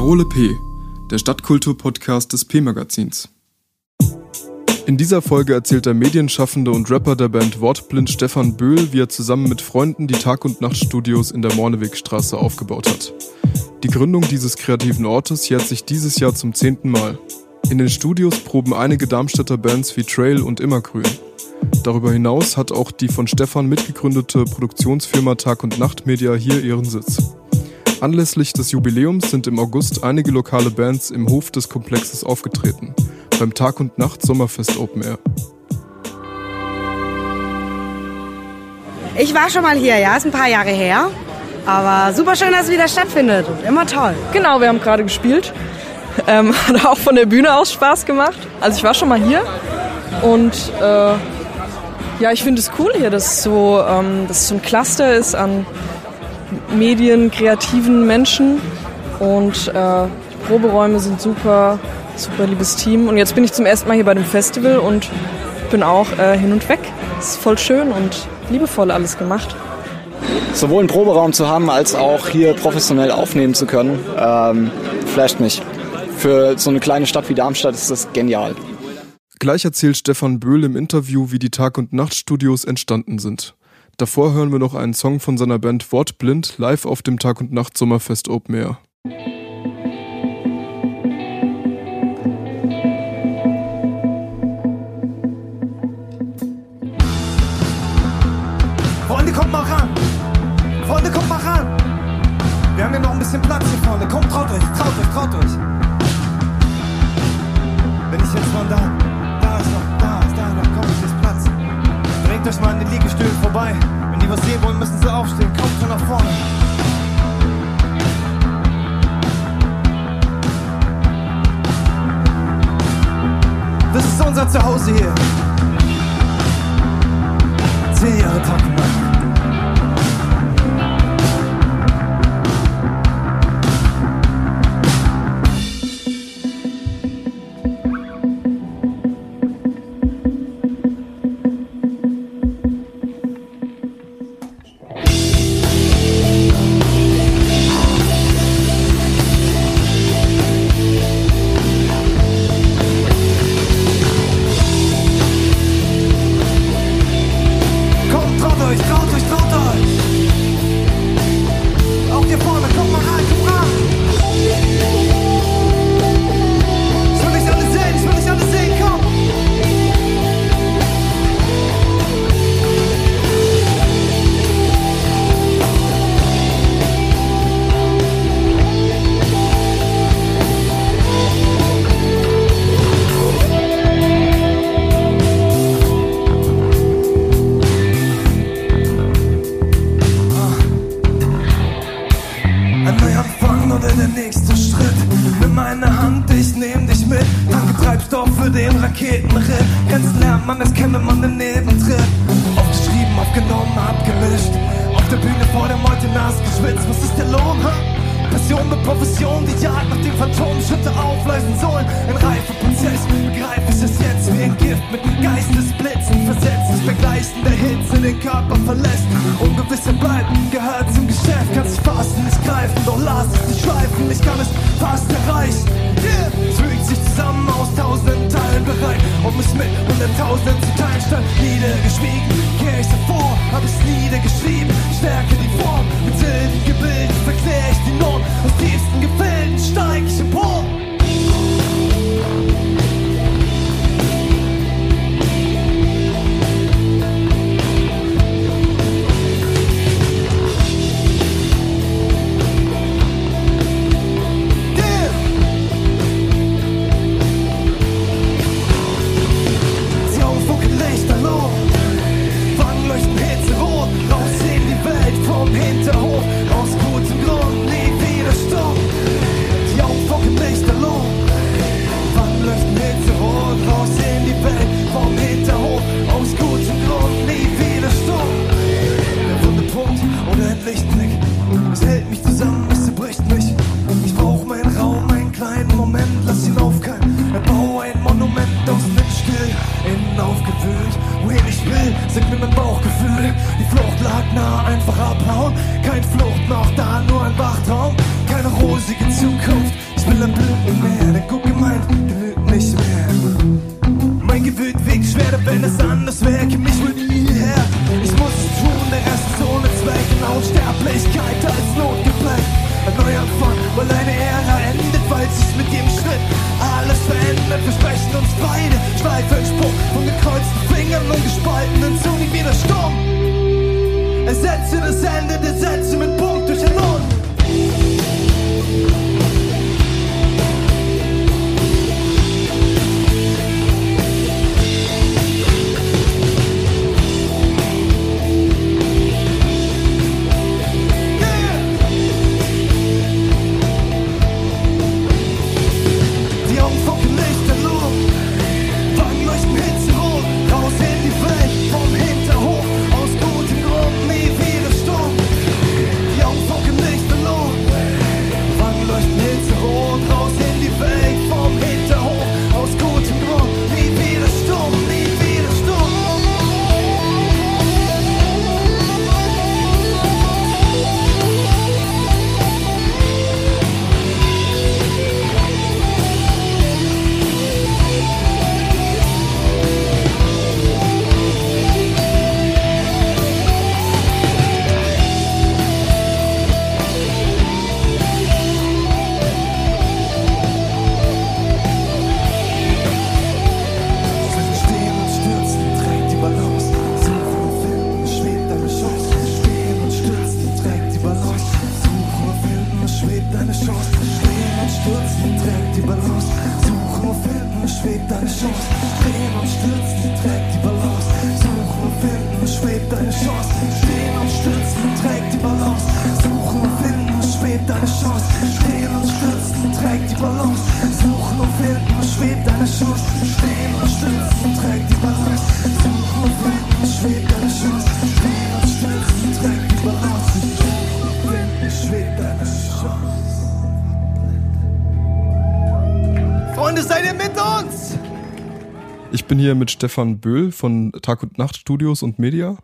Parole P, der Stadtkultur-Podcast des P-Magazins. In dieser Folge erzählt der Medienschaffende und Rapper der Band Wortblind Stefan Böhl, wie er zusammen mit Freunden die Tag- und Nacht-Studios in der Mornewegstraße aufgebaut hat. Die Gründung dieses kreativen Ortes jährt sich dieses Jahr zum 10. Mal. In den Studios proben einige Darmstädter Bands wie Trail und Immergrün. Darüber hinaus hat auch die von Stefan mitgegründete Produktionsfirma Tag und Nacht Media hier ihren Sitz. Anlässlich des Jubiläums sind im August einige lokale Bands im Hof des Komplexes aufgetreten, beim Tag und Nacht Sommerfest Open Air. Ich war schon mal hier, ja, ist ein paar Jahre her, aber super schön, dass es wieder stattfindet und immer toll. Genau, wir haben gerade gespielt, hat auch von der Bühne aus Spaß gemacht. Also ich war schon mal hier und ja, ich finde es cool hier, dass es so ein Cluster ist an Medien, kreativen Menschen und die Proberäume sind super liebes Team. Und jetzt bin ich zum ersten Mal hier bei dem Festival und bin auch hin und weg. Es ist voll schön und liebevoll alles gemacht. Sowohl einen Proberaum zu haben, als auch hier professionell aufnehmen zu können, flasht mich. Für so eine kleine Stadt wie Darmstadt ist das genial. Gleich erzählt Stefan Böhl im Interview, wie die Tag- und Nacht-Studios entstanden sind. Davor hören wir noch einen Song von seiner Band Wortblind live auf dem Tag- und Nacht Sommerfest Open Air. Freunde, kommt mal ran! Freunde, kommt mal ran! Wir haben ja noch ein bisschen Platz hier vorne. Kommt, traut euch! Wenn ich jetzt mal da kommt, ist Platz. Drängt euch mal an den Liegestühlen vorbei. Wenn die was sehen wollen, müssen sie aufstehen. Kommt schon nach vorne. Das ist unser Zuhause hier. 10 Jahre Tag und Nacht. Sag mir mein Bauchgefühl, die Flucht lag nah, einfach abhauen. Kein Flucht noch da, nur ein Wachtraum. Keine rosige Zukunft, halten den Zug nicht wieder stumm. Ersetze das Ende der Sätze mit Punkt durch den Mund. Freunde, seid ihr mit uns? Ich bin hier mit Stefan Böhl von Tag und Nacht Studios und Media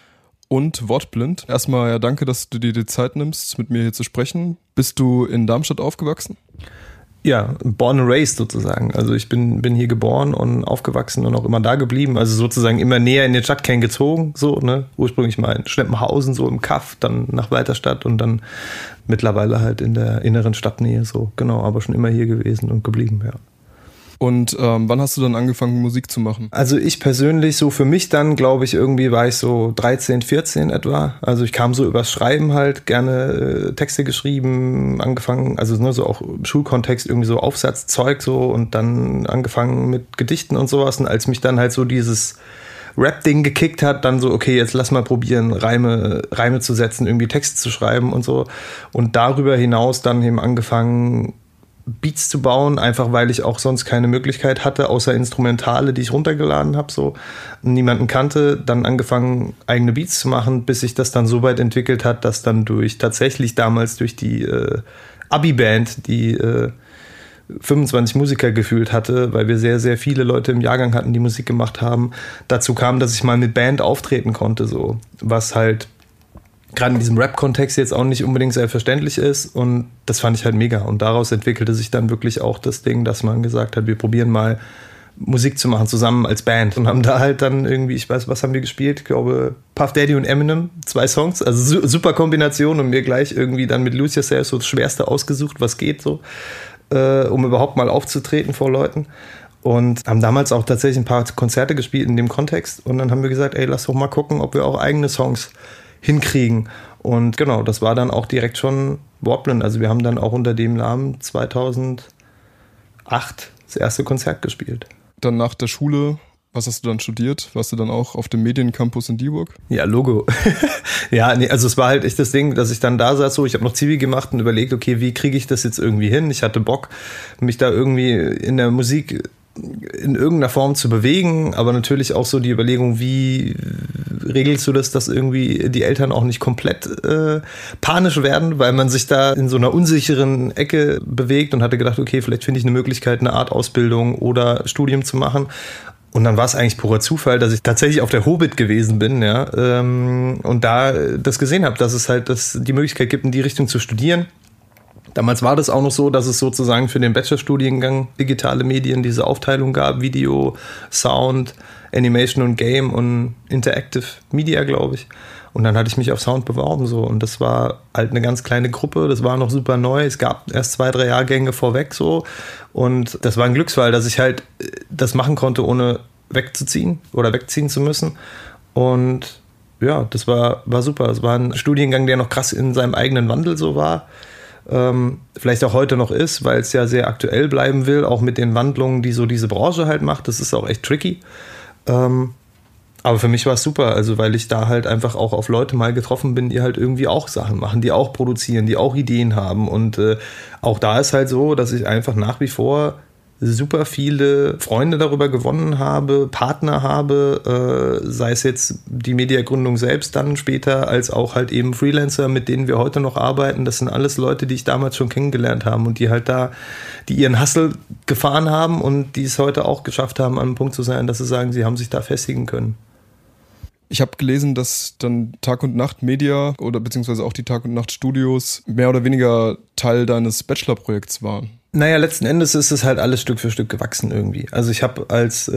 und Wortblind. Erstmal ja, danke, dass du dir die Zeit nimmst, mit mir hier zu sprechen. Bist du in Darmstadt aufgewachsen? Ja, born and raised sozusagen. Also ich bin hier geboren und aufgewachsen und auch immer da geblieben. Also sozusagen immer näher in den Stadtkern gezogen. So, ne? Ursprünglich mal in Schleppenhausen, so im Kaff, dann nach Weiterstadt und dann mittlerweile halt in der inneren Stadtnähe. So, genau, aber schon immer hier gewesen und geblieben, ja. Und wann hast du dann angefangen, Musik zu machen? Also ich persönlich, so für mich dann, glaube ich, irgendwie war ich so 13, 14 etwa. Also ich kam so übers Schreiben halt, gerne Texte geschrieben, angefangen, also ne, so auch im Schulkontext irgendwie so Aufsatzzeug so und dann angefangen mit Gedichten und sowas. Und als mich dann halt so dieses Rap-Ding gekickt hat, dann so, okay, jetzt lass mal probieren, Reime zu setzen, irgendwie Texte zu schreiben und so. Und darüber hinaus dann eben angefangen, Beats zu bauen, einfach weil ich auch sonst keine Möglichkeit hatte, außer Instrumentale, die ich runtergeladen habe, so niemanden kannte, dann angefangen, eigene Beats zu machen, bis sich das dann so weit entwickelt hat, dass dann tatsächlich damals durch die Abi-Band, die 25 Musiker gefühlt hatte, weil wir sehr, sehr viele Leute im Jahrgang hatten, die Musik gemacht haben, dazu kam, dass ich mal mit Band auftreten konnte, so, was halt gerade in diesem Rap-Kontext jetzt auch nicht unbedingt selbstverständlich ist und das fand ich halt mega und daraus entwickelte sich dann wirklich auch das Ding, dass man gesagt hat, wir probieren mal Musik zu machen zusammen als Band und haben da halt dann irgendwie, ich weiß, was haben wir gespielt? Ich glaube Puff Daddy und Eminem, 2 Songs, also super Kombination und mir gleich irgendwie dann mit Lose Yourself so das Schwerste ausgesucht, was geht so, um überhaupt mal aufzutreten vor Leuten. Und haben damals auch tatsächlich ein paar Konzerte gespielt in dem Kontext und dann haben wir gesagt, ey, lass doch mal gucken, ob wir auch eigene Songs hinkriegen. Und genau, das war dann auch direkt schon Wortblind. Also wir haben dann auch unter dem Namen 2008 das erste Konzert gespielt. Dann nach der Schule, was hast du dann studiert? Warst du dann auch auf dem Mediencampus in Dieburg? Ja, Logo. Ja, nee, also es war halt echt das Ding, dass ich dann da saß, so, ich habe noch Zivi gemacht und überlegt, okay, wie kriege ich das jetzt irgendwie hin? Ich hatte Bock, mich da irgendwie in der Musik in irgendeiner Form zu bewegen, aber natürlich auch so die Überlegung, wie regelst du das, dass irgendwie die Eltern auch nicht komplett panisch werden, weil man sich da in so einer unsicheren Ecke bewegt und hatte gedacht, okay, vielleicht finde ich eine Möglichkeit, eine Art Ausbildung oder Studium zu machen. Und dann war es eigentlich purer Zufall, dass ich tatsächlich auf der Hobbit gewesen bin, ja, und da das gesehen habe, dass es halt die Möglichkeit gibt, in die Richtung zu studieren. Damals war das auch noch so, dass es sozusagen für den Bachelorstudiengang digitale Medien diese Aufteilung gab, Video, Sound, Animation und Game und Interactive Media, glaube ich. Und dann hatte ich mich auf Sound beworben so und das war halt eine ganz kleine Gruppe, das war noch super neu, es gab erst 2, 3 Jahrgänge vorweg so und das war ein Glücksfall, dass ich halt das machen konnte, ohne wegzuziehen oder wegziehen zu müssen. Und ja, das war super. Es war ein Studiengang, der noch krass in seinem eigenen Wandel so war. Vielleicht auch heute noch ist, weil es ja sehr aktuell bleiben will, auch mit den Wandlungen, die so diese Branche halt macht. Das ist auch echt tricky. Aber für mich war es super, also weil ich da halt einfach auch auf Leute mal getroffen bin, die halt irgendwie auch Sachen machen, die auch produzieren, die auch Ideen haben. Und auch da ist halt so, dass ich einfach nach wie vor super viele Freunde darüber gewonnen habe, Partner habe, sei es jetzt die Mediagründung selbst dann später, als auch halt eben Freelancer, mit denen wir heute noch arbeiten. Das sind alles Leute, die ich damals schon kennengelernt habe und die halt da, die ihren Hustle gefahren haben und die es heute auch geschafft haben, an einem Punkt zu sein, dass sie sagen, sie haben sich da festigen können. Ich habe gelesen, dass dann Tag und Nacht Media oder beziehungsweise auch die Tag und Nacht Studios mehr oder weniger Teil deines Bachelorprojekts waren. Naja, letzten Endes ist es halt alles Stück für Stück gewachsen irgendwie. Also ich habe als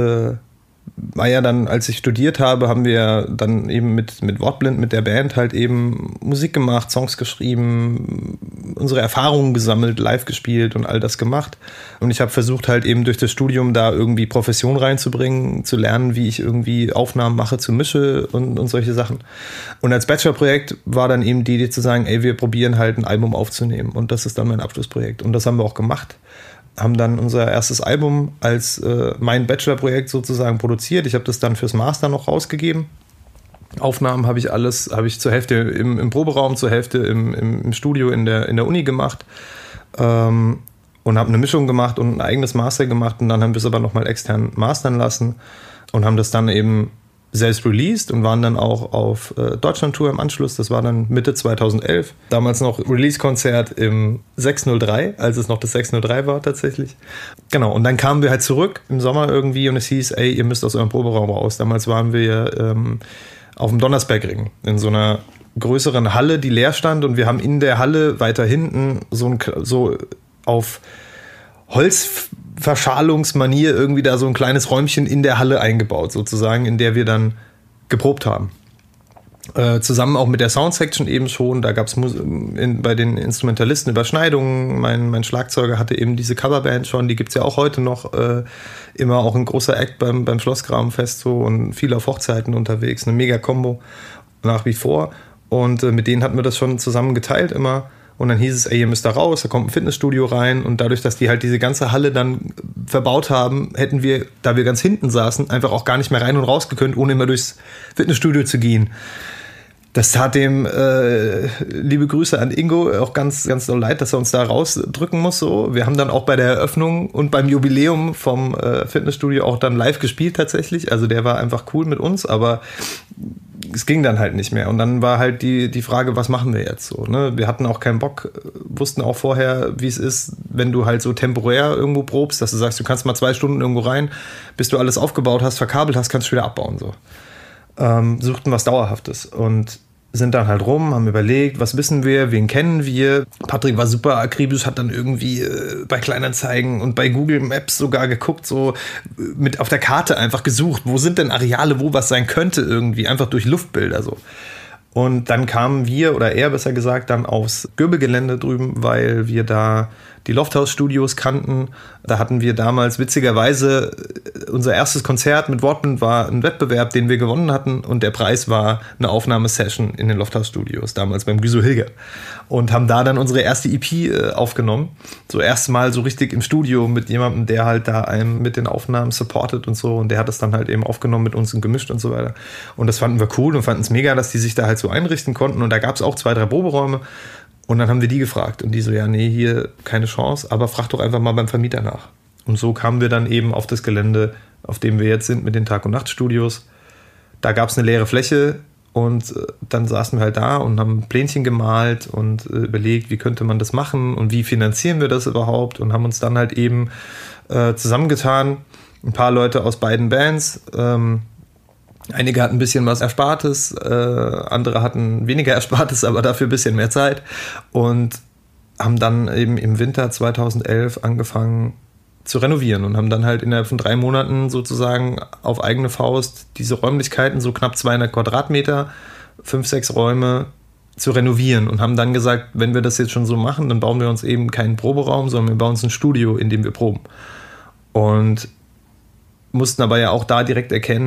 ich studiert habe, haben wir dann eben mit Wortblind, mit der Band halt eben Musik gemacht, Songs geschrieben, unsere Erfahrungen gesammelt, live gespielt und all das gemacht. Und ich habe versucht halt eben durch das Studium da irgendwie Profession reinzubringen, zu lernen, wie ich irgendwie Aufnahmen mache, zu mische und solche Sachen. Und als Bachelorprojekt war dann eben die Idee zu sagen, ey, wir probieren halt ein Album aufzunehmen. Und das ist dann mein Abschlussprojekt. Und das haben wir auch gemacht. Haben dann unser erstes Album als mein Bachelorprojekt sozusagen produziert. Ich habe das dann fürs Master noch rausgegeben. Aufnahmen habe ich zur Hälfte im Proberaum, zur Hälfte im Studio in der Uni gemacht und habe eine Mischung gemacht und ein eigenes Master gemacht und dann haben wir es aber nochmal extern mastern lassen und haben das dann eben selbst released und waren dann auch auf Deutschland-Tour im Anschluss. Das war dann Mitte 2011. Damals noch Release-Konzert im 603, als es noch das 603 war tatsächlich. Genau, und dann kamen wir halt zurück im Sommer irgendwie und es hieß, ey, ihr müsst aus eurem Proberaum raus. Damals waren wir auf dem Donnersbergring in so einer größeren Halle, die leer stand und wir haben in der Halle weiter hinten so auf Holzverschalungsmanier irgendwie da so ein kleines Räumchen in der Halle eingebaut, sozusagen, in der wir dann geprobt haben. Zusammen auch mit der Soundsection eben schon, da gab es bei den Instrumentalisten Überschneidungen. Mein Schlagzeuger hatte eben diese Coverband schon, die gibt es ja auch heute noch, immer auch ein großer Act beim Schlossgrabenfest so und viel auf Hochzeiten unterwegs, eine Mega-Kombo nach wie vor. Und mit denen hatten wir das schon zusammen geteilt immer. Und dann hieß es, ey, ihr müsst da raus, da kommt ein Fitnessstudio rein. Und dadurch, dass die halt diese ganze Halle dann verbaut haben, hätten wir, da wir ganz hinten saßen, einfach auch gar nicht mehr rein und raus gekönnt, ohne immer durchs Fitnessstudio zu gehen. Das tat dem, liebe Grüße an Ingo, auch ganz, ganz doll leid, dass er uns da rausdrücken muss. So. Wir haben dann auch bei der Eröffnung und beim Jubiläum vom Fitnessstudio auch dann live gespielt tatsächlich. Also der war einfach cool mit uns, aber es ging dann halt nicht mehr. Und dann war halt die Frage, was machen wir jetzt so? Ne? Wir hatten auch keinen Bock, wussten auch vorher, wie es ist, wenn du halt so temporär irgendwo probst, dass du sagst, du kannst mal 2 Stunden irgendwo rein, bis du alles aufgebaut hast, verkabelt hast, kannst du wieder abbauen. So. Suchten was Dauerhaftes und sind dann halt rum, haben überlegt, was wissen wir, wen kennen wir. Patrick war super akribisch, hat dann irgendwie bei Kleinanzeigen und bei Google Maps sogar geguckt, so mit auf der Karte einfach gesucht, wo sind denn Areale, wo was sein könnte irgendwie, einfach durch Luftbilder so. Und dann kamen wir, oder er besser gesagt, dann aufs Göbelgelände drüben, weil wir da die Lofthouse-Studios kannten. Da hatten wir damals witzigerweise unser erstes Konzert mit Wortblind war ein Wettbewerb, den wir gewonnen hatten und der Preis war eine Aufnahmesession in den Lofthouse-Studios, damals beim Güso Hilger. Und haben da dann unsere erste EP aufgenommen. So erstmal so richtig im Studio mit jemandem, der halt da einem mit den Aufnahmen supportet und so. Und der hat das dann halt eben aufgenommen mit uns und gemischt und so weiter. Und das fanden wir cool und fanden es mega, dass die sich da halt so einrichten konnten. Und da gab es auch 2, 3 Proberäume. Und dann haben wir die gefragt und die so, ja, nee, hier keine Chance, aber frag doch einfach mal beim Vermieter nach. Und so kamen wir dann eben auf das Gelände, auf dem wir jetzt sind mit den Tag- und Nacht-Studios. Da gab es eine leere Fläche und dann saßen wir halt da und haben Plänchen gemalt und überlegt, wie könnte man das machen und wie finanzieren wir das überhaupt und haben uns dann halt eben zusammengetan. Ein paar Leute aus beiden Bands, einige hatten ein bisschen was Erspartes, andere hatten weniger Erspartes, aber dafür ein bisschen mehr Zeit und haben dann eben im Winter 2011 angefangen zu renovieren und haben dann halt innerhalb von 3 Monaten sozusagen auf eigene Faust diese Räumlichkeiten, so knapp 200 Quadratmeter, 5, 6 Räume zu renovieren und haben dann gesagt, wenn wir das jetzt schon so machen, dann bauen wir uns eben keinen Proberaum, sondern wir bauen uns ein Studio, in dem wir proben. Und mussten aber ja auch da direkt erkennen,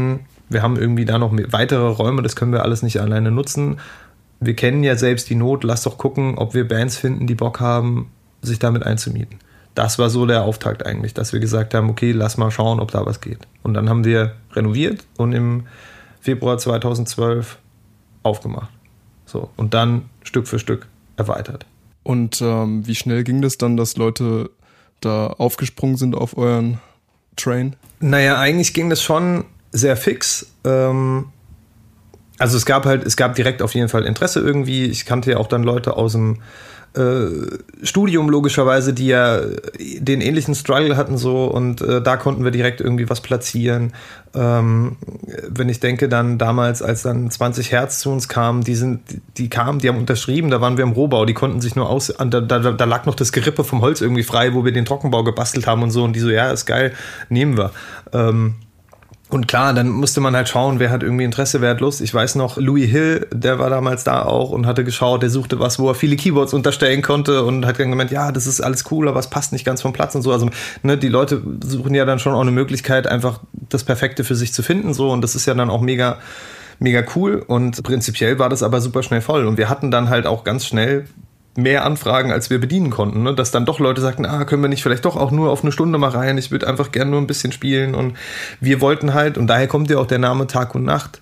wir haben irgendwie da noch weitere Räume, das können wir alles nicht alleine nutzen. Wir kennen ja selbst die Not, lass doch gucken, ob wir Bands finden, die Bock haben, sich damit einzumieten. Das war so der Auftakt eigentlich, dass wir gesagt haben, okay, lass mal schauen, ob da was geht. Und dann haben wir renoviert und im Februar 2012 aufgemacht. So, und dann Stück für Stück erweitert. Und wie schnell ging das dann, dass Leute da aufgesprungen sind auf euren Train? Naja, eigentlich ging das schon sehr fix. Also es gab direkt auf jeden Fall Interesse irgendwie. Ich kannte ja auch dann Leute aus dem Studium logischerweise, die ja den ähnlichen Struggle hatten so und da konnten wir direkt irgendwie was platzieren. Wenn ich denke dann damals, als dann 20 Hertz zu uns kamen, die haben unterschrieben, da waren wir im Rohbau, die konnten sich nur da lag noch das Gerippe vom Holz irgendwie frei, wo wir den Trockenbau gebastelt haben und so und die so, ja, ist geil, nehmen wir. Und klar, dann musste man halt schauen, wer hat irgendwie Interesse, wer hat Lust. Ich weiß noch, Louis Hill, der war damals da auch und hatte geschaut, der suchte was, wo er viele Keyboards unterstellen konnte und hat dann gemeint, ja, das ist alles cool, aber es passt nicht ganz vom Platz und so. Also ne, die Leute suchen ja dann schon auch eine Möglichkeit, einfach das Perfekte für sich zu finden so und das ist ja dann auch mega, mega cool und prinzipiell war das aber super schnell voll und wir hatten dann halt auch ganz schnell mehr Anfragen, als wir bedienen konnten, ne? Dass dann doch Leute sagten, können wir nicht vielleicht doch auch nur auf eine Stunde mal rein, ich würde einfach gerne nur ein bisschen spielen und wir wollten halt, und daher kommt ja auch der Name Tag und Nacht,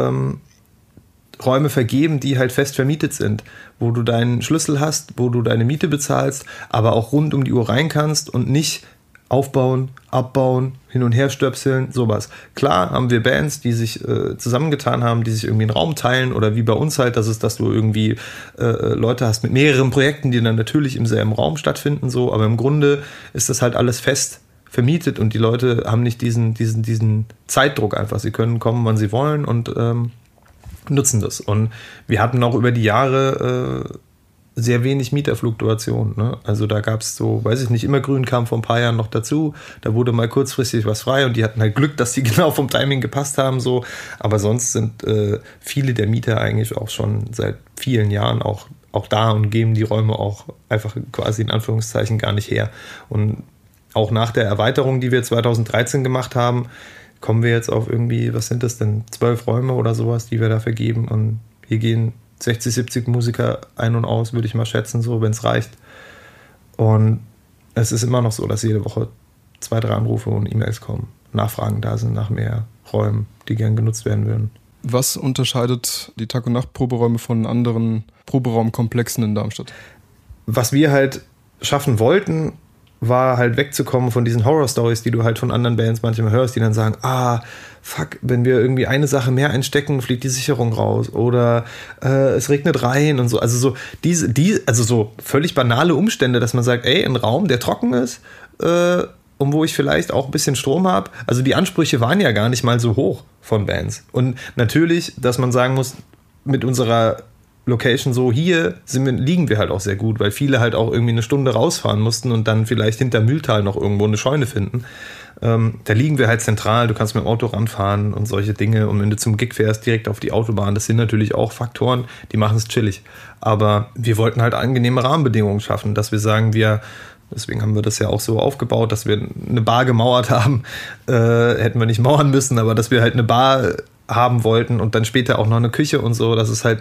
Räume vergeben, die halt fest vermietet sind, wo du deinen Schlüssel hast, wo du deine Miete bezahlst, aber auch rund um die Uhr rein kannst und nicht aufbauen, abbauen, hin und her stöpseln, sowas. Klar haben wir Bands, die sich zusammengetan haben, die sich irgendwie einen Raum teilen oder wie bei uns halt, dass du irgendwie Leute hast mit mehreren Projekten, die dann natürlich im selben Raum stattfinden, so, aber im Grunde ist das halt alles fest vermietet und die Leute haben nicht diesen Zeitdruck einfach. Sie können kommen, wann sie wollen und nutzen das. Und wir hatten auch über die Jahre sehr wenig Mieterfluktuation. Ne? Also da gab es so, weiß ich nicht, Immergrün kam vor ein paar Jahren noch dazu. Da wurde mal kurzfristig was frei und die hatten halt Glück, dass die genau vom Timing gepasst haben. So. Aber sonst sind viele der Mieter eigentlich auch schon seit vielen Jahren auch da und geben die Räume auch einfach quasi in Anführungszeichen gar nicht her. Und auch nach der Erweiterung, die wir 2013 gemacht haben, kommen wir jetzt auf irgendwie, was sind das denn, 12 Räume oder sowas, die wir da vergeben. Und hier gehen 60, 70 Musiker ein und aus, würde ich mal schätzen, so, wenn es reicht. Und es ist immer noch so, dass jede Woche 2, 3 Anrufe und E-Mails kommen, Nachfragen da sind nach mehr Räumen, die gern genutzt werden würden. Was unterscheidet die Tag- und Nacht-Proberäume von anderen Proberaumkomplexen in Darmstadt? Was wir halt schaffen wollten, war halt wegzukommen von diesen Horror-Stories, die du halt von anderen Bands manchmal hörst, die dann sagen, fuck, wenn wir irgendwie eine Sache mehr einstecken, fliegt die Sicherung raus oder es regnet rein und so. Also so also so völlig banale Umstände, dass man sagt, ey, ein Raum, der trocken ist und wo ich vielleicht auch ein bisschen Strom habe. Also die Ansprüche waren ja gar nicht mal so hoch von Bands. Und natürlich, dass man sagen muss, mit unserer Location so, hier liegen wir halt auch sehr gut, weil viele halt auch irgendwie eine Stunde rausfahren mussten und dann vielleicht hinter Mühltal noch irgendwo eine Scheune finden. Da liegen wir halt zentral, du kannst mit dem Auto ranfahren und solche Dinge und wenn du zum Gig fährst, direkt auf die Autobahn, das sind natürlich auch Faktoren, die machen es chillig. Aber wir wollten halt angenehme Rahmenbedingungen schaffen, dass wir sagen, deswegen haben wir das ja auch so aufgebaut, dass wir eine Bar gemauert haben, hätten wir nicht mauern müssen, aber dass wir halt eine Bar haben wollten und dann später auch noch eine Küche und so, dass es halt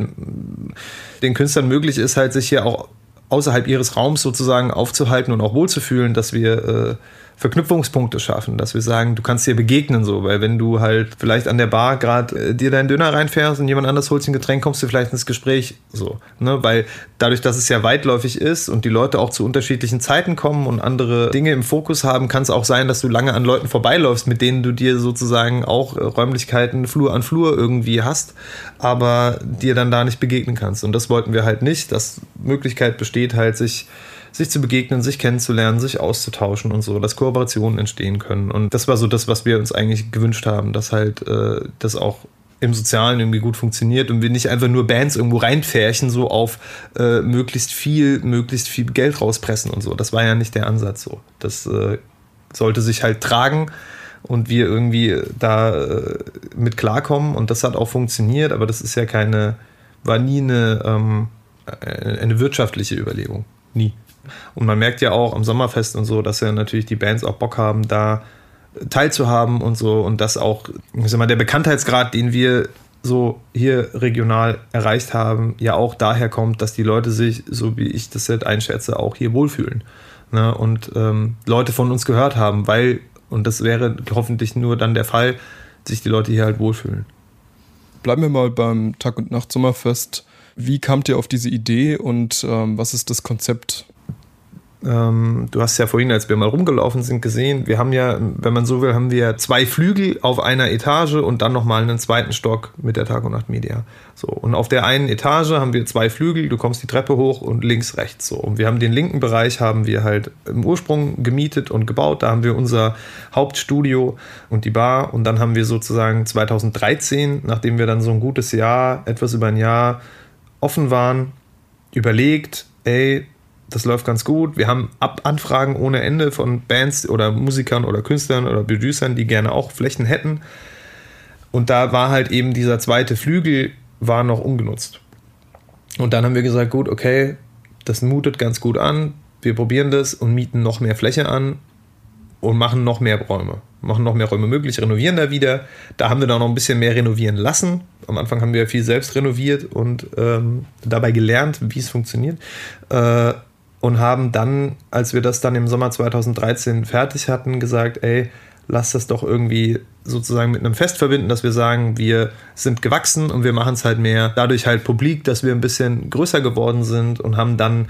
den Künstlern möglich ist, halt sich hier auch außerhalb ihres Raums sozusagen aufzuhalten und auch wohlzufühlen, dass wir Verknüpfungspunkte schaffen, dass wir sagen, du kannst dir begegnen so, weil wenn du halt vielleicht an der Bar gerade dir deinen Döner reinfährst und jemand anders holt sich ein Getränk, kommst du vielleicht ins Gespräch so, ne, weil dadurch, dass es ja weitläufig ist und die Leute auch zu unterschiedlichen Zeiten kommen und andere Dinge im Fokus haben, kann es auch sein, dass du lange an Leuten vorbeiläufst, mit denen du dir sozusagen auch Räumlichkeiten Flur an Flur irgendwie hast, aber dir dann da nicht begegnen kannst und das wollten wir halt nicht, dass Möglichkeit besteht halt, sich zu begegnen, sich kennenzulernen, sich auszutauschen und so, dass Kooperationen entstehen können. Und das war so das, was wir uns eigentlich gewünscht haben, dass halt das auch im Sozialen irgendwie gut funktioniert und wir nicht einfach nur Bands irgendwo reinfärchen, so auf möglichst viel Geld rauspressen und so. Das war ja nicht der Ansatz so. Das sollte sich halt tragen und wir irgendwie da mit klarkommen und das hat auch funktioniert, aber das ist ja war nie eine wirtschaftliche Überlegung. Nie. Und man merkt ja auch am Sommerfest und so, dass ja natürlich die Bands auch Bock haben, da teilzuhaben und so. Und das auch, ich sag mal, der Bekanntheitsgrad, den wir so hier regional erreicht haben, ja auch daher kommt, dass die Leute sich, so wie ich das jetzt einschätze, auch hier wohlfühlen. Ne? Und Leute von uns gehört haben, weil, und das wäre hoffentlich nur dann der Fall, sich die Leute hier halt wohlfühlen. Bleiben wir mal beim Tag- und Nacht-Sommerfest. Wie kamt ihr auf diese Idee und was ist das Konzept? Du hast ja vorhin, als wir mal rumgelaufen sind, gesehen, wir haben ja, wenn man so will, haben wir 2 Flügel auf einer Etage und dann nochmal einen zweiten Stock mit der Tag- und Nacht-Media. So, und auf der einen Etage haben wir 2 Flügel, du kommst die Treppe hoch und links, rechts. So. Und wir haben den linken Bereich haben wir halt im Ursprung gemietet und gebaut. Da haben wir unser Hauptstudio und die Bar. Und dann haben wir sozusagen 2013, nachdem wir dann so ein gutes Jahr, etwas über ein Jahr offen waren, überlegt, das läuft ganz gut. Wir haben Anfragen ohne Ende von Bands oder Musikern oder Künstlern oder Producern, die gerne auch Flächen hätten. Und da war halt eben dieser zweite Flügel war noch ungenutzt. Und dann haben wir gesagt, gut, okay, das mutet ganz gut an. Wir probieren das und mieten noch mehr Fläche an und machen noch mehr Räume. Machen noch mehr Räume möglich, renovieren da wieder. Da haben wir dann noch ein bisschen mehr renovieren lassen. Am Anfang haben wir viel selbst renoviert und dabei gelernt, wie es funktioniert. Und haben dann, als wir das dann im Sommer 2013 fertig hatten, gesagt, lass das doch irgendwie sozusagen mit einem Fest verbinden, dass wir sagen, wir sind gewachsen und wir machen es halt mehr. Dadurch halt publik, dass wir ein bisschen größer geworden sind und haben dann,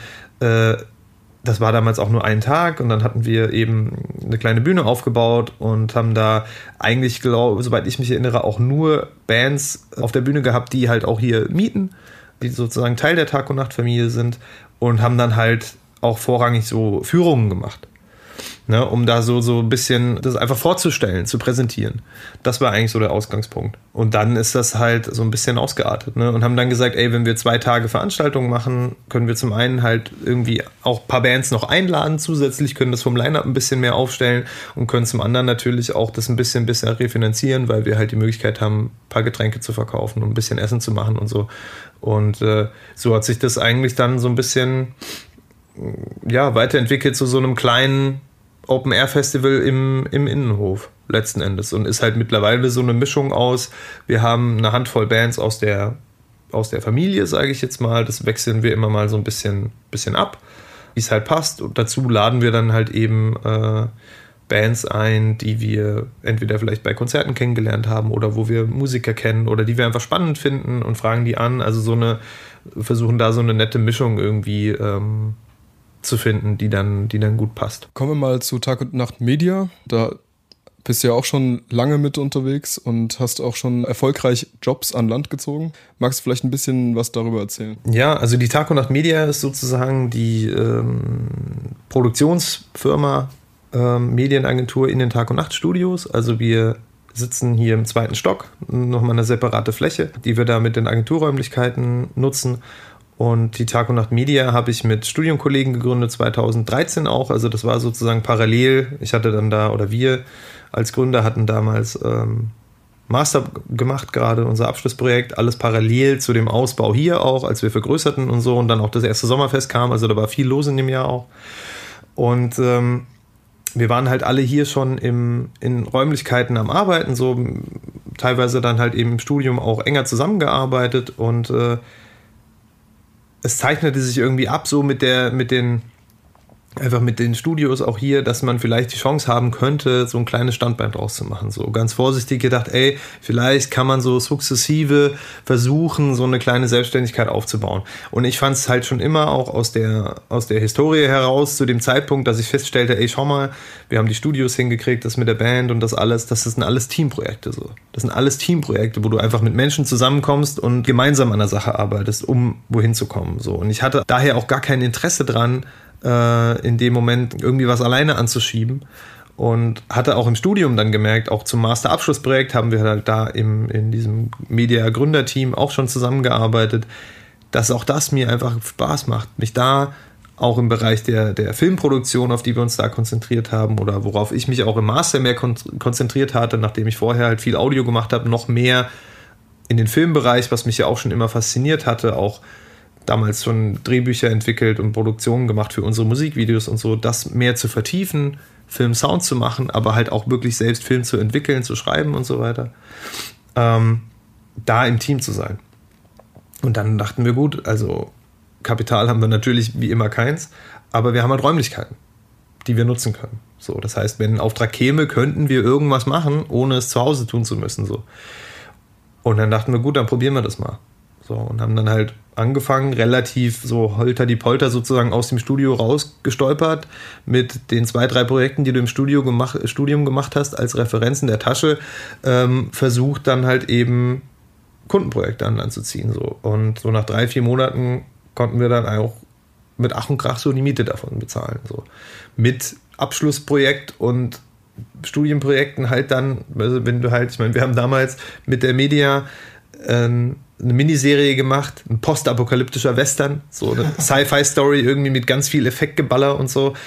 das war damals auch nur ein Tag und dann hatten wir eben eine kleine Bühne aufgebaut und haben da eigentlich, soweit ich mich erinnere, auch nur Bands auf der Bühne gehabt, die halt auch hier mieten, die sozusagen Teil der Tag- und Nacht-Familie sind. Und haben dann halt auch vorrangig so Führungen gemacht, ne, um da so ein bisschen das einfach vorzustellen, zu präsentieren. Das war eigentlich so der Ausgangspunkt. Und dann ist das halt so ein bisschen ausgeartet, ne, und haben dann gesagt, wenn wir 2 Tage Veranstaltungen machen, können wir zum einen halt irgendwie auch ein paar Bands noch einladen zusätzlich, können das vom Line-Up ein bisschen mehr aufstellen und können zum anderen natürlich auch das ein bisschen besser refinanzieren, weil wir halt die Möglichkeit haben, ein paar Getränke zu verkaufen und ein bisschen Essen zu machen und so. Und so hat sich das eigentlich dann so ein bisschen weiterentwickelt zu so einem kleinen Open-Air-Festival im Innenhof letzten Endes und ist halt mittlerweile so eine Mischung aus, wir haben eine Handvoll Bands aus der Familie, sage ich jetzt mal, das wechseln wir immer mal so ein bisschen ab, wie es halt passt, und dazu laden wir dann halt eben Bands ein, die wir entweder vielleicht bei Konzerten kennengelernt haben oder wo wir Musiker kennen oder die wir einfach spannend finden und fragen die an. Also versuchen da so eine nette Mischung irgendwie zu finden, die dann gut passt. Kommen wir mal zu Tag und Nacht Media. Da bist du ja auch schon lange mit unterwegs und hast auch schon erfolgreich Jobs an Land gezogen. Magst du vielleicht ein bisschen was darüber erzählen? Ja, also die Tag und Nacht Media ist sozusagen die Produktionsfirma, Medienagentur in den Tag- und Nacht-Studios. Also wir sitzen hier im 2. Stock, nochmal eine separate Fläche, die wir da mit den Agenturräumlichkeiten nutzen. Und die Tag- und Nacht Media habe ich mit Studienkollegen gegründet, 2013 auch. Also das war sozusagen parallel. Ich hatte dann da, oder wir als Gründer hatten damals Master gemacht, gerade unser Abschlussprojekt, alles parallel zu dem Ausbau hier auch, als wir vergrößerten und so. Und dann auch das erste Sommerfest kam, also da war viel los in dem Jahr auch. Und wir waren halt alle hier schon in Räumlichkeiten am Arbeiten, so teilweise dann halt eben im Studium auch enger zusammengearbeitet und es zeichnete sich irgendwie ab, so mit den Studios auch hier, dass man vielleicht die Chance haben könnte, so ein kleines Standbein draus zu machen. So ganz vorsichtig gedacht, vielleicht kann man so sukzessive versuchen, so eine kleine Selbstständigkeit aufzubauen. Und ich fand es halt schon immer auch aus der Historie heraus, zu dem Zeitpunkt, dass ich feststellte, schau mal, wir haben die Studios hingekriegt, das mit der Band und das alles, das sind alles Teamprojekte so. Das sind alles Teamprojekte, wo du einfach mit Menschen zusammenkommst und gemeinsam an der Sache arbeitest, um wohin zu kommen. So. Und ich hatte daher auch gar kein Interesse dran, in dem Moment irgendwie was alleine anzuschieben und hatte auch im Studium dann gemerkt, auch zum Master-Abschlussprojekt haben wir halt da in diesem Media-Gründerteam auch schon zusammengearbeitet, dass auch das mir einfach Spaß macht, mich da auch im Bereich der Filmproduktion, auf die wir uns da konzentriert haben oder worauf ich mich auch im Master mehr konzentriert hatte, nachdem ich vorher halt viel Audio gemacht habe, noch mehr in den Filmbereich, was mich ja auch schon immer fasziniert hatte, auch damals schon Drehbücher entwickelt und Produktionen gemacht für unsere Musikvideos und so, das mehr zu vertiefen, Film-Sound zu machen, aber halt auch wirklich selbst Film zu entwickeln, zu schreiben und so weiter, da im Team zu sein. Und dann dachten wir, gut, also Kapital haben wir natürlich wie immer keins, aber wir haben halt Räumlichkeiten, die wir nutzen können. So, das heißt, wenn ein Auftrag käme, könnten wir irgendwas machen, ohne es zu Hause tun zu müssen. So. Und dann dachten wir, gut, dann probieren wir das mal. So, und haben dann halt angefangen, relativ so holter die Polter sozusagen aus dem Studio rausgestolpert mit den 2, 3 Projekten, die du im Studium gemacht hast, als Referenz in der Tasche, versucht dann halt eben Kundenprojekte an Land zu ziehen. So. Und so nach 3, 4 Monaten konnten wir dann auch mit Ach und Krach so die Miete davon bezahlen. So. Mit Abschlussprojekt und Studienprojekten halt dann, also wenn du halt, ich meine, wir haben damals mit der Media eine Miniserie gemacht, ein postapokalyptischer Western, so eine Sci-Fi-Story irgendwie mit ganz viel Effektgeballer und so.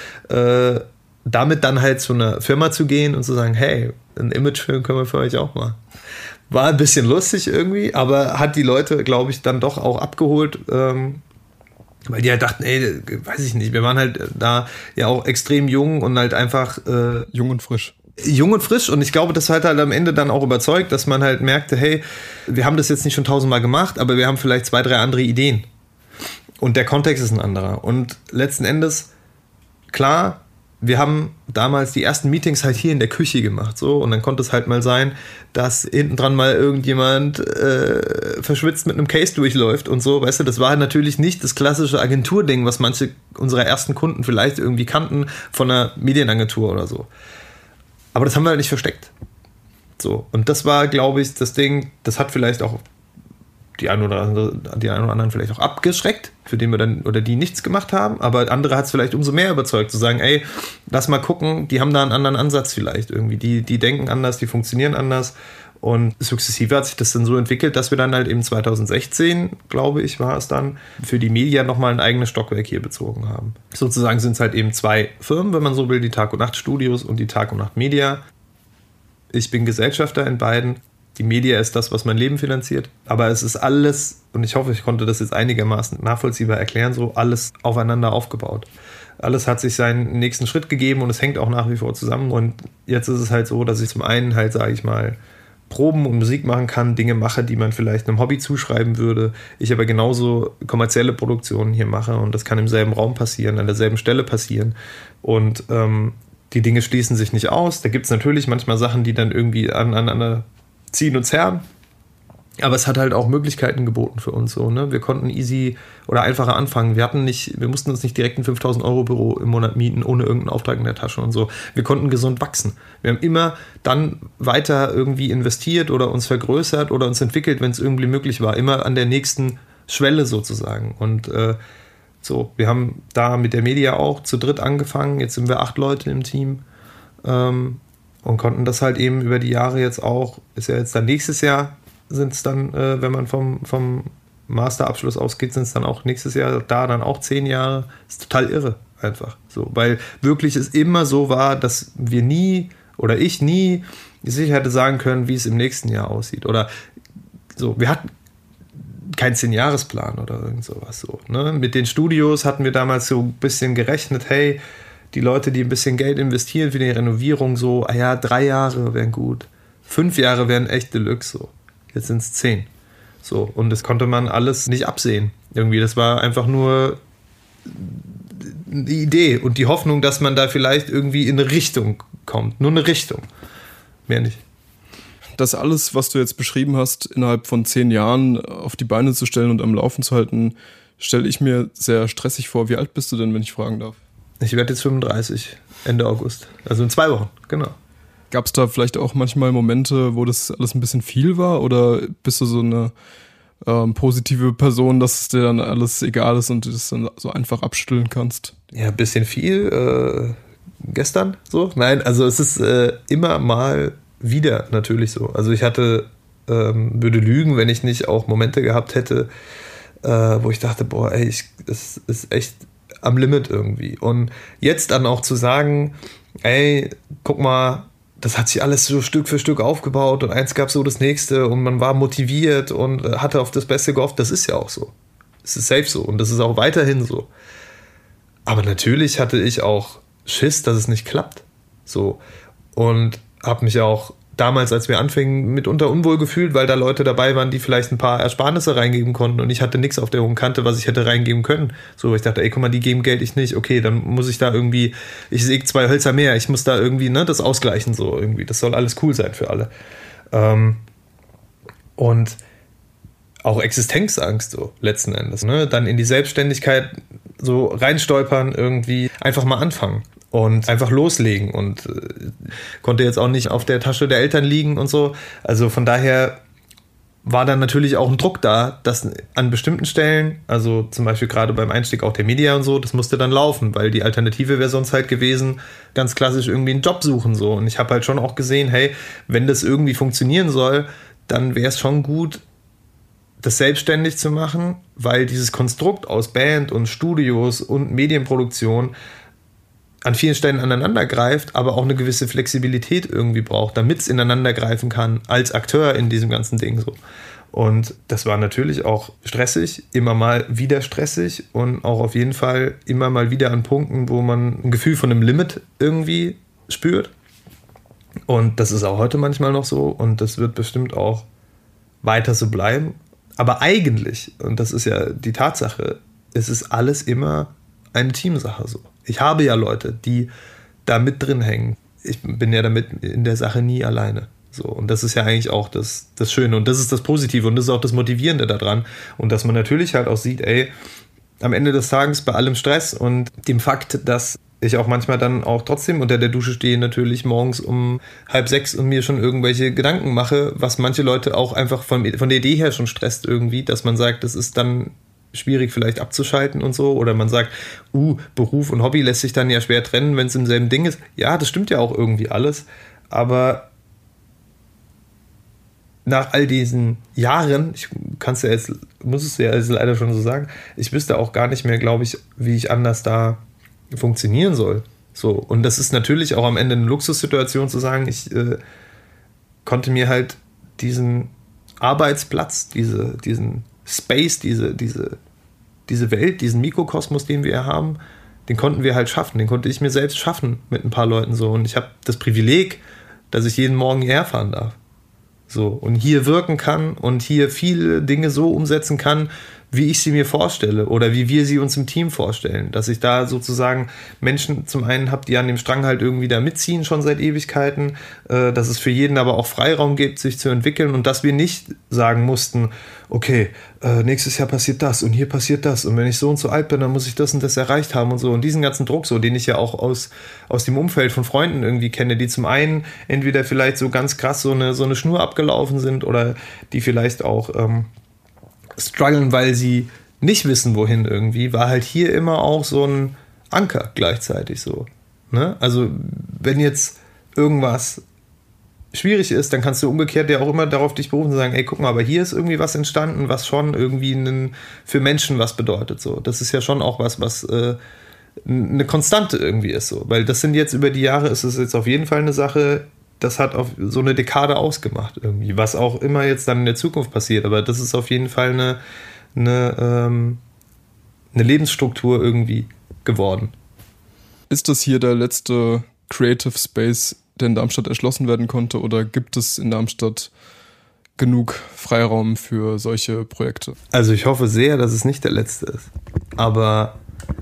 Damit dann halt zu einer Firma zu gehen und zu sagen, hey, einen Imagefilm können wir für euch auch machen. War ein bisschen lustig irgendwie, aber hat die Leute, glaube ich, dann doch auch abgeholt, weil die halt dachten, ey, weiß ich nicht, wir waren halt da ja auch extrem jung und halt einfach jung und frisch. Jung und frisch, und ich glaube, das hat halt am Ende dann auch überzeugt, dass man halt merkte, hey, wir haben das jetzt nicht schon 1000-mal gemacht, aber wir haben vielleicht 2, 3 andere Ideen. Und der Kontext ist ein anderer. Und letzten Endes, klar, wir haben damals die ersten Meetings halt hier in der Küche gemacht, so, und dann konnte es halt mal sein, dass hinten dran mal irgendjemand verschwitzt mit einem Case durchläuft und so, weißt du, das war natürlich nicht das klassische Agenturding, was manche unserer ersten Kunden vielleicht irgendwie kannten von einer Medienagentur oder so. Aber das haben wir halt nicht versteckt. So, und das war, glaube ich, das Ding, das hat vielleicht auch die einen oder anderen vielleicht auch abgeschreckt, für den wir dann oder die nichts gemacht haben, aber andere hat es vielleicht umso mehr überzeugt, zu sagen, ey, lass mal gucken, die haben da einen anderen Ansatz vielleicht irgendwie, die denken anders, die funktionieren anders, und sukzessive hat sich das dann so entwickelt, dass wir dann halt eben 2016, glaube ich, war es dann, für die Media nochmal ein eigenes Stockwerk hier bezogen haben. Sozusagen sind es halt eben 2 Firmen, wenn man so will, die Tag- und Nacht-Studios und die Tag- und Nacht-Media. Ich bin Gesellschafter in beiden. Die Media ist das, was mein Leben finanziert. Aber es ist alles, und ich hoffe, ich konnte das jetzt einigermaßen nachvollziehbar erklären, so alles aufeinander aufgebaut. Alles hat sich seinen nächsten Schritt gegeben und es hängt auch nach wie vor zusammen. Und jetzt ist es halt so, dass ich zum einen halt, sage ich mal, Proben und Musik machen kann, Dinge mache, die man vielleicht einem Hobby zuschreiben würde. Ich aber genauso kommerzielle Produktionen hier mache, und das kann im selben Raum passieren, an derselben Stelle passieren. Und die Dinge schließen sich nicht aus. Da gibt es natürlich manchmal Sachen, die dann irgendwie aneinander ziehen und zerren. Aber es hat halt auch Möglichkeiten geboten für uns. So, ne? Wir konnten easy oder einfacher anfangen. Wir mussten uns nicht direkt ein 5.000 € Büro im Monat mieten, ohne irgendeinen Auftrag in der Tasche und so. Wir konnten gesund wachsen. Wir haben immer dann weiter irgendwie investiert oder uns vergrößert oder uns entwickelt, wenn es irgendwie möglich war. Immer an der nächsten Schwelle sozusagen. Und so, wir haben da mit der Media auch zu dritt angefangen. Jetzt sind wir 8 Leute im Team. Und konnten das halt eben über die Jahre jetzt auch, ist ja jetzt dann nächstes Jahr, sind es dann, wenn man vom Masterabschluss ausgeht, sind es dann auch nächstes Jahr da dann auch 10 Jahre. Das ist total irre einfach. So, weil wirklich es immer so war, dass wir nie oder ich nie sicher hätte sagen können, wie es im nächsten Jahr aussieht. Oder so, wir hatten keinen 10-Jahresplan oder irgend sowas. So, ne? Mit den Studios hatten wir damals so ein bisschen gerechnet, hey, die Leute, die ein bisschen Geld investieren für die Renovierung, so, 3 Jahre wären gut. 5 Jahre wären echt Deluxe, so. Jetzt sind es 10. So, und das konnte man alles nicht absehen. Irgendwie, das war einfach nur die Idee und die Hoffnung, dass man da vielleicht irgendwie in eine Richtung kommt. Nur eine Richtung. Mehr nicht. Das alles, was du jetzt beschrieben hast, innerhalb von 10 Jahren auf die Beine zu stellen und am Laufen zu halten, stelle ich mir sehr stressig vor. Wie alt bist du denn, wenn ich fragen darf? Ich werde jetzt 35, Ende August. Also in 2 Wochen, genau. Gab es da vielleicht auch manchmal Momente, wo das alles ein bisschen viel war? Oder bist du so eine positive Person, dass es dir dann alles egal ist und du das dann so einfach abschütteln kannst? Ja, ein bisschen viel. Gestern so. Nein, also es ist immer mal wieder natürlich so. Also ich würde lügen, wenn ich nicht auch Momente gehabt hätte, wo ich dachte, boah, ey, das ist echt am Limit irgendwie. Und jetzt dann auch zu sagen, ey, guck mal, das hat sich alles so Stück für Stück aufgebaut und eins gab so das nächste und man war motiviert und hatte auf das Beste gehofft. Das ist ja auch so. Es ist safe so und das ist auch weiterhin so. Aber natürlich hatte ich auch Schiss, dass es nicht klappt. So. Und habe mich auch damals, als wir anfingen, mitunter unwohl gefühlt, weil da Leute dabei waren, die vielleicht ein paar Ersparnisse reingeben konnten und ich hatte nichts auf der hohen Kante, was ich hätte reingeben können. So, ich dachte, ey, guck mal, die geben Geld, ich nicht. Okay, dann muss ich da irgendwie, ich säge 2 Hölzer mehr, ich muss da irgendwie, ne, das ausgleichen, so irgendwie. Das soll alles cool sein für alle. Und auch Existenzangst, so letzten Endes, ne? Dann in die Selbstständigkeit so reinstolpern, irgendwie einfach mal anfangen. Und einfach loslegen und konnte jetzt auch nicht auf der Tasche der Eltern liegen und so. Also von daher war dann natürlich auch ein Druck da, dass an bestimmten Stellen, also zum Beispiel gerade beim Einstieg auch der Media und so, das musste dann laufen, weil die Alternative wäre sonst halt gewesen, ganz klassisch irgendwie einen Job suchen so. Und ich habe halt schon auch gesehen, hey, wenn das irgendwie funktionieren soll, dann wäre es schon gut, das selbstständig zu machen, weil dieses Konstrukt aus Band und Studios und Medienproduktion an vielen Stellen aneinander greift, aber auch eine gewisse Flexibilität irgendwie braucht, damit es ineinander greifen kann als Akteur in diesem ganzen Ding so. Und das war natürlich auch stressig, immer mal wieder stressig und auch auf jeden Fall immer mal wieder an Punkten, wo man ein Gefühl von einem Limit irgendwie spürt. Und das ist auch heute manchmal noch so und das wird bestimmt auch weiter so bleiben. Aber eigentlich, und das ist ja die Tatsache, es ist alles immer eine Teamsache so. Ich habe ja Leute, die da mit drin hängen. Ich bin ja damit in der Sache nie alleine. So, und das ist ja eigentlich auch das Schöne und das ist das Positive und das ist auch das Motivierende daran. Und dass man natürlich halt auch sieht, ey, am Ende des Tages bei allem Stress und dem Fakt, dass ich auch manchmal dann auch trotzdem unter der Dusche stehe, natürlich morgens um 5:30 und mir schon irgendwelche Gedanken mache, was manche Leute auch einfach von der Idee her schon stresst irgendwie, dass man sagt, das ist dann schwierig vielleicht abzuschalten und so, oder man sagt, Beruf und Hobby lässt sich dann ja schwer trennen, wenn es im selben Ding ist. Ja, das stimmt ja auch irgendwie alles, aber nach all diesen Jahren, muss es ja jetzt leider schon so sagen, ich wüsste auch gar nicht mehr, glaube ich, wie ich anders da funktionieren soll. So, und das ist natürlich auch am Ende eine Luxussituation zu sagen, ich konnte mir halt diesen Arbeitsplatz, diesen Space, diese Welt, diesen Mikrokosmos, den wir haben, den konnten wir halt schaffen, den konnte ich mir selbst schaffen mit ein paar Leuten so. Und ich habe das Privileg, dass ich jeden Morgen hierher fahren darf. So, und hier wirken kann und hier viele Dinge so umsetzen kann, wie ich sie mir vorstelle oder wie wir sie uns im Team vorstellen. Dass ich da sozusagen Menschen zum einen habe, die an dem Strang halt irgendwie da mitziehen, schon seit Ewigkeiten, dass es für jeden aber auch Freiraum gibt, sich zu entwickeln und dass wir nicht sagen mussten, okay, nächstes Jahr passiert das und hier passiert das und wenn ich so und so alt bin, dann muss ich das und das erreicht haben und so. Und diesen ganzen Druck so, den ich ja auch aus dem Umfeld von Freunden irgendwie kenne, die zum einen entweder vielleicht so ganz krass so eine Schnur abgelaufen sind oder die vielleicht auch strugglen, weil sie nicht wissen, wohin irgendwie, war halt hier immer auch so ein Anker gleichzeitig so. Ne? Also wenn jetzt irgendwas schwierig ist, dann kannst du umgekehrt ja auch immer darauf dich berufen und sagen, ey, guck mal, aber hier ist irgendwie was entstanden, was schon irgendwie für Menschen was bedeutet. So. Das ist ja schon auch was eine Konstante irgendwie ist. So. Weil das sind jetzt über die Jahre, ist es jetzt auf jeden Fall eine Sache, das hat auf so eine Dekade ausgemacht irgendwie, was auch immer jetzt dann in der Zukunft passiert, aber das ist auf jeden Fall eine Lebensstruktur irgendwie geworden. Ist das hier der letzte Creative Space, der in Darmstadt erschlossen werden konnte, oder gibt es in Darmstadt genug Freiraum für solche Projekte? Also ich hoffe sehr, dass es nicht der letzte ist, aber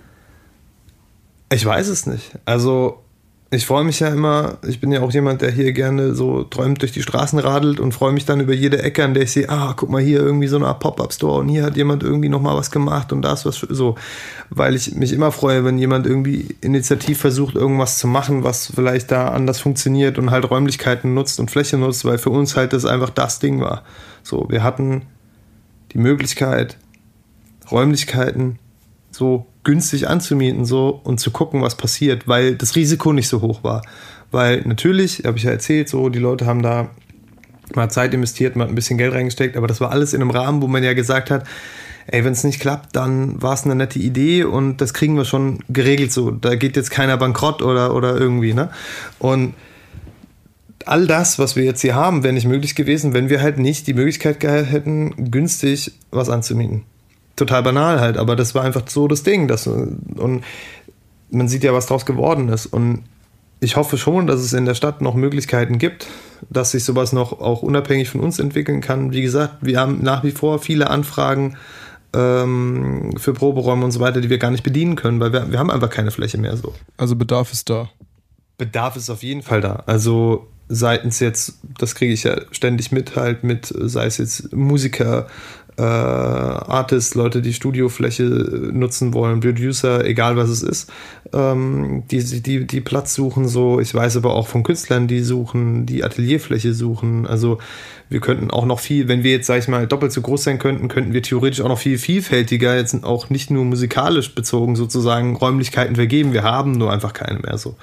ich weiß es nicht. Also ich freue mich ja immer, ich bin ja auch jemand, der hier gerne so träumt durch die Straßen radelt und freue mich dann über jede Ecke, an der ich sehe, guck mal hier irgendwie so eine Pop-Up-Store und hier hat jemand irgendwie nochmal was gemacht und da ist was so, weil ich mich immer freue, wenn jemand irgendwie initiativ versucht, irgendwas zu machen, was vielleicht da anders funktioniert und halt Räumlichkeiten nutzt und Fläche nutzt, weil für uns halt das einfach das Ding war. So, wir hatten die Möglichkeit, Räumlichkeiten so günstig anzumieten so und zu gucken, was passiert, weil das Risiko nicht so hoch war. Weil natürlich, habe ich ja erzählt, so die Leute haben da mal Zeit investiert, mal ein bisschen Geld reingesteckt, aber das war alles in einem Rahmen, wo man ja gesagt hat, ey, wenn es nicht klappt, dann war es eine nette Idee und das kriegen wir schon geregelt so. Da geht jetzt keiner bankrott oder irgendwie, ne? Und all das, was wir jetzt hier haben, wäre nicht möglich gewesen, wenn wir halt nicht die Möglichkeit gehabt hätten, günstig was anzumieten. Total banal halt, aber das war einfach so das Ding. Und man sieht ja, was draus geworden ist. Und ich hoffe schon, dass es in der Stadt noch Möglichkeiten gibt, dass sich sowas noch auch unabhängig von uns entwickeln kann. Wie gesagt, wir haben nach wie vor viele Anfragen für Proberäume und so weiter, die wir gar nicht bedienen können, weil wir haben einfach keine Fläche mehr so. Also Bedarf ist da. Bedarf ist auf jeden Fall da. Also seitens jetzt, das kriege ich ja ständig mit, halt mit, sei es jetzt Musiker, Artists, Leute, die Studiofläche nutzen wollen, Producer, egal was es ist, die Platz suchen so. Ich weiß aber auch von Künstlern, die suchen, die Atelierfläche suchen. Also wir könnten auch noch viel, wenn wir jetzt, sag ich mal, doppelt so groß sein könnten wir theoretisch auch noch viel vielfältiger, jetzt auch nicht nur musikalisch bezogen sozusagen, Räumlichkeiten vergeben. Wir haben nur einfach keine mehr so.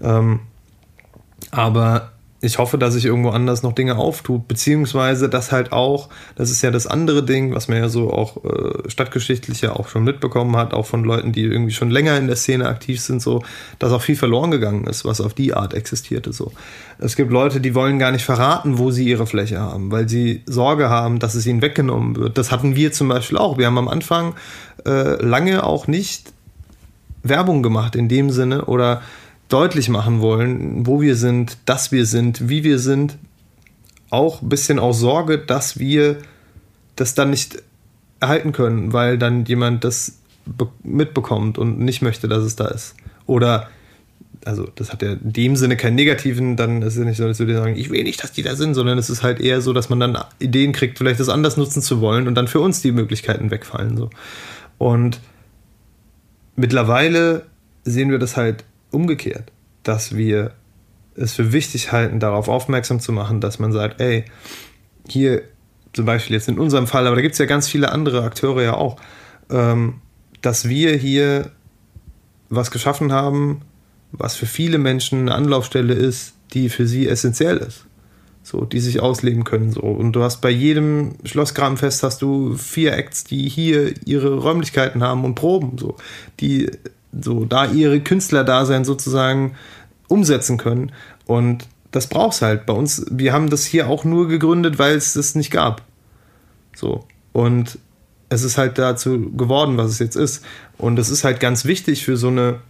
Aber ich hoffe, dass sich irgendwo anders noch Dinge auftut, beziehungsweise dass halt auch, das ist ja das andere Ding, was man ja so auch stadtgeschichtlich ja auch schon mitbekommen hat, auch von Leuten, die irgendwie schon länger in der Szene aktiv sind, so, dass auch viel verloren gegangen ist, was auf die Art existierte. So. Es gibt Leute, die wollen gar nicht verraten, wo sie ihre Fläche haben, weil sie Sorge haben, dass es ihnen weggenommen wird. Das hatten wir zum Beispiel auch. Wir haben am Anfang lange auch nicht Werbung gemacht in dem Sinne oder deutlich machen wollen, wo wir sind, dass wir sind, wie wir sind, auch ein bisschen aus Sorge, dass wir das dann nicht erhalten können, weil dann jemand das mitbekommt und nicht möchte, dass es da ist. Oder, also das hat ja in dem Sinne keinen negativen, dann ist es ja nicht so, dass wir sagen, ich will nicht, dass die da sind, sondern es ist halt eher so, dass man dann Ideen kriegt, vielleicht das anders nutzen zu wollen und dann für uns die Möglichkeiten wegfallen. So. Und mittlerweile sehen wir das halt umgekehrt, dass wir es für wichtig halten, darauf aufmerksam zu machen, dass man sagt, ey, hier zum Beispiel jetzt in unserem Fall, aber da gibt es ja ganz viele andere Akteure ja auch, dass wir hier was geschaffen haben, was für viele Menschen eine Anlaufstelle ist, die für sie essentiell ist, so, die sich ausleben können. So. Und du hast bei jedem Schlossgrabenfest hast du 4 Acts, die hier ihre Räumlichkeiten haben und proben, so, die so da ihre Künstlerdasein sozusagen umsetzen können. Und das braucht's halt bei uns. Wir haben das hier auch nur gegründet, weil es das nicht gab. So. Und es ist halt dazu geworden, was es jetzt ist. Und das ist halt ganz wichtig für so eine,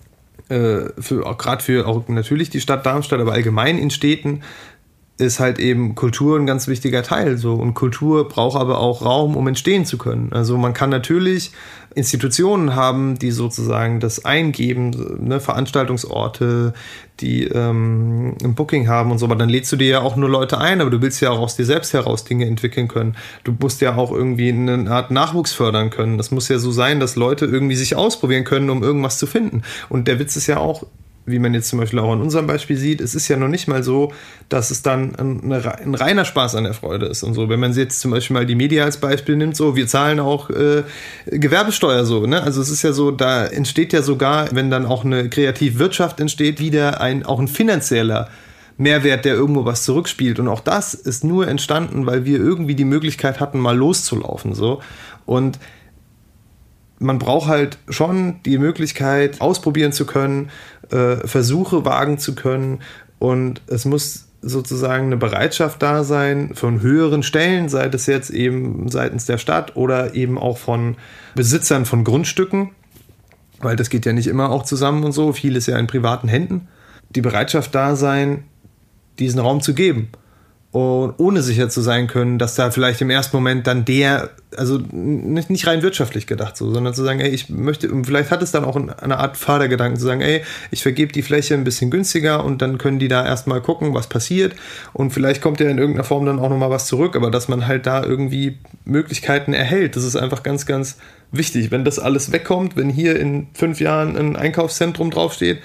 gerade für auch natürlich die Stadt Darmstadt, aber allgemein in Städten ist halt eben Kultur ein ganz wichtiger Teil. So. Und Kultur braucht aber auch Raum, um entstehen zu können. Also man kann natürlich Institutionen haben, die sozusagen das eingeben, ne, Veranstaltungsorte, die ein Booking haben und so, aber dann lädst du dir ja auch nur Leute ein, aber du willst ja auch aus dir selbst heraus Dinge entwickeln können. Du musst ja auch irgendwie eine Art Nachwuchs fördern können. Das muss ja so sein, dass Leute irgendwie sich ausprobieren können, um irgendwas zu finden. Und der Witz ist ja auch, wie man jetzt zum Beispiel auch an unserem Beispiel sieht, es ist ja noch nicht mal so, dass es dann ein reiner Spaß an der Freude ist und so. Wenn man jetzt zum Beispiel mal die Media als Beispiel nimmt, so, wir zahlen auch Gewerbesteuer so, ne? Also es ist ja so, da entsteht ja sogar, wenn dann auch eine Kreativwirtschaft entsteht, wieder auch ein finanzieller Mehrwert, der irgendwo was zurückspielt. Und auch das ist nur entstanden, weil wir irgendwie die Möglichkeit hatten, mal loszulaufen, so. Und man braucht halt schon die Möglichkeit, ausprobieren zu können, Versuche wagen zu können, und es muss sozusagen eine Bereitschaft da sein von höheren Stellen, sei das jetzt eben seitens der Stadt oder eben auch von Besitzern von Grundstücken, weil das geht ja nicht immer auch zusammen und so, viel ist ja in privaten Händen, die Bereitschaft da sein, diesen Raum zu geben. Und ohne sicher zu sein können, dass da vielleicht im ersten Moment dann also nicht rein wirtschaftlich gedacht so, sondern zu sagen, ey, ich möchte, vielleicht hat es dann auch eine Art Fördergedanken zu sagen, ey, ich vergebe die Fläche ein bisschen günstiger und dann können die da erstmal gucken, was passiert, und vielleicht kommt ja in irgendeiner Form dann auch nochmal was zurück, aber dass man halt da irgendwie Möglichkeiten erhält, das ist einfach ganz, ganz wichtig. Wenn das alles wegkommt, wenn hier in 5 Jahren ein Einkaufszentrum draufsteht,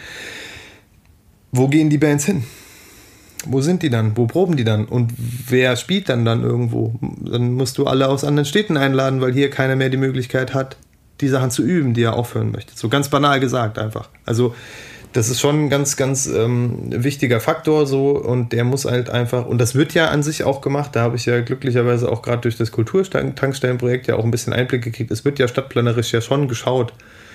wo gehen die Bands hin? Wo sind die dann? Wo proben die dann? Und wer spielt dann irgendwo? Dann musst du alle aus anderen Städten einladen, weil hier keiner mehr die Möglichkeit hat, die Sachen zu üben, die er aufhören möchte. So ganz banal gesagt einfach. Also das ist schon ein ganz, ganz wichtiger Faktor so, und der muss halt einfach, und das wird ja an sich auch gemacht, da habe ich ja glücklicherweise auch gerade durch das Kulturtankstellenprojekt ja auch ein bisschen Einblick gekriegt. Es wird ja stadtplanerisch ja schon geschaut,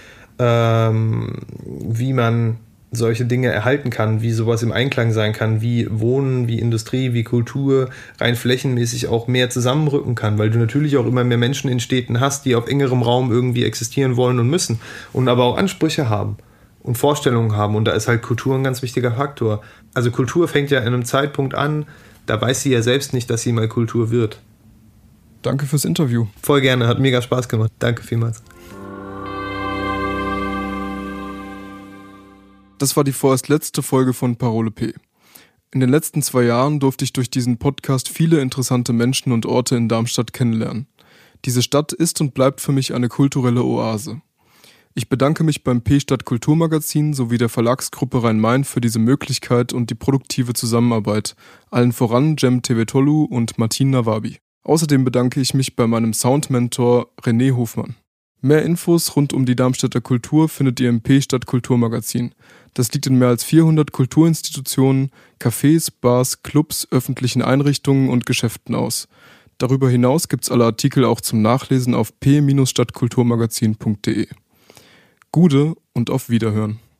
wie man solche Dinge erhalten kann, wie sowas im Einklang sein kann, wie Wohnen, wie Industrie, wie Kultur rein flächenmäßig auch mehr zusammenrücken kann, weil du natürlich auch immer mehr Menschen in Städten hast, die auf engerem Raum irgendwie existieren wollen und müssen und aber auch Ansprüche haben. und Vorstellungen haben. Und da ist halt Kultur ein ganz wichtiger Faktor. Also Kultur fängt ja in einem Zeitpunkt an, da weiß sie ja selbst nicht, dass sie mal Kultur wird. Danke fürs Interview. Voll gerne, hat mega Spaß gemacht. Danke vielmals. Das war die vorerst letzte Folge von Parole P. In den letzten 2 Jahren durfte ich durch diesen Podcast viele interessante Menschen und Orte in Darmstadt kennenlernen. Diese Stadt ist und bleibt für mich eine kulturelle Oase. Ich bedanke mich beim P-Stadt Kulturmagazin sowie der Verlagsgruppe Rhein-Main für diese Möglichkeit und die produktive Zusammenarbeit, allen voran Cem Tevetolu und Martin Nawabi. Außerdem bedanke ich mich bei meinem Soundmentor René Hofmann. Mehr Infos rund um die Darmstädter Kultur findet ihr im P-Stadt Kulturmagazin. Das liegt in mehr als 400 Kulturinstitutionen, Cafés, Bars, Clubs, öffentlichen Einrichtungen und Geschäften aus. Darüber hinaus gibt's alle Artikel auch zum Nachlesen auf p-stadtkulturmagazin.de. Gude und auf Wiederhören.